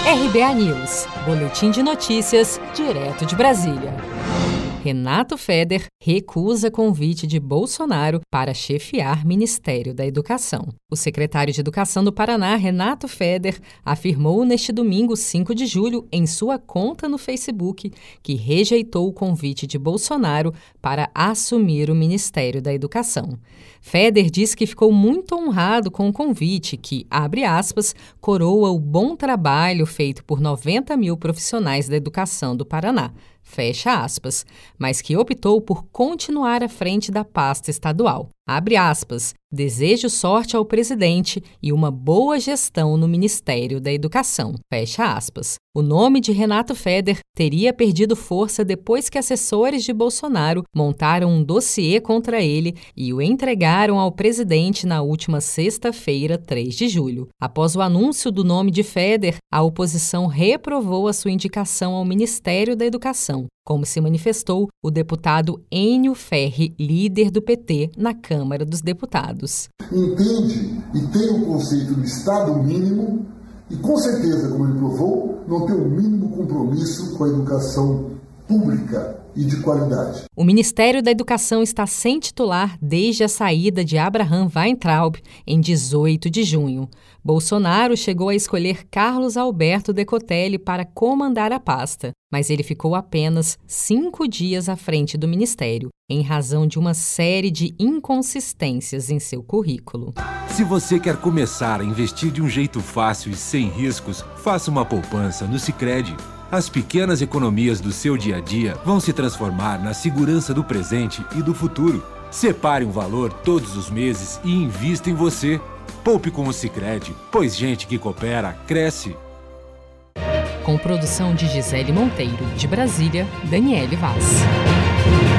RBA News, boletim de notícias, direto de Brasília. Renato Feder recusa convite de Bolsonaro para chefiar Ministério da Educação. O secretário de Educação do Paraná, Renato Feder, afirmou neste domingo, 5 de julho, em sua conta no Facebook, que rejeitou o convite de Bolsonaro para assumir o Ministério da Educação. Feder diz que ficou muito honrado com o convite que, abre aspas, coroa o bom trabalho feito por 90 mil profissionais da educação do Paraná, fecha aspas, mas que optou por continuar à frente da pasta estadual. Abre aspas, desejo sorte ao presidente e uma boa gestão no Ministério da Educação, fecha aspas. O nome de Renato Feder teria perdido força depois que assessores de Bolsonaro montaram um dossiê contra ele e o entregaram ao presidente na última sexta-feira, 3 de julho. Após o anúncio do nome de Feder, a oposição reprovou a sua indicação ao Ministério da Educação, como se manifestou o deputado Enio Ferri, líder do PT na Câmara dos Deputados. Entende e tem o conceito do Estado mínimo e, com certeza, como ele provou, não tem o mínimo compromisso com a educação pública e de qualidade. O Ministério da Educação está sem titular desde a saída de Abraham Weintraub em 18 de junho. Bolsonaro chegou a escolher Carlos Alberto Decotelli para comandar a pasta, mas ele ficou apenas 5 dias à frente do ministério, em razão de uma série de inconsistências em seu currículo. Se você quer começar a investir de um jeito fácil e sem riscos, faça uma poupança no Sicredi. As pequenas economias do seu dia a dia vão se transformar na segurança do presente e do futuro. Separe um valor todos os meses e invista em você. Poupe com o Sicredi, pois gente que coopera, cresce. Com produção de Gisele Monteiro, de Brasília, Daniele Vaz.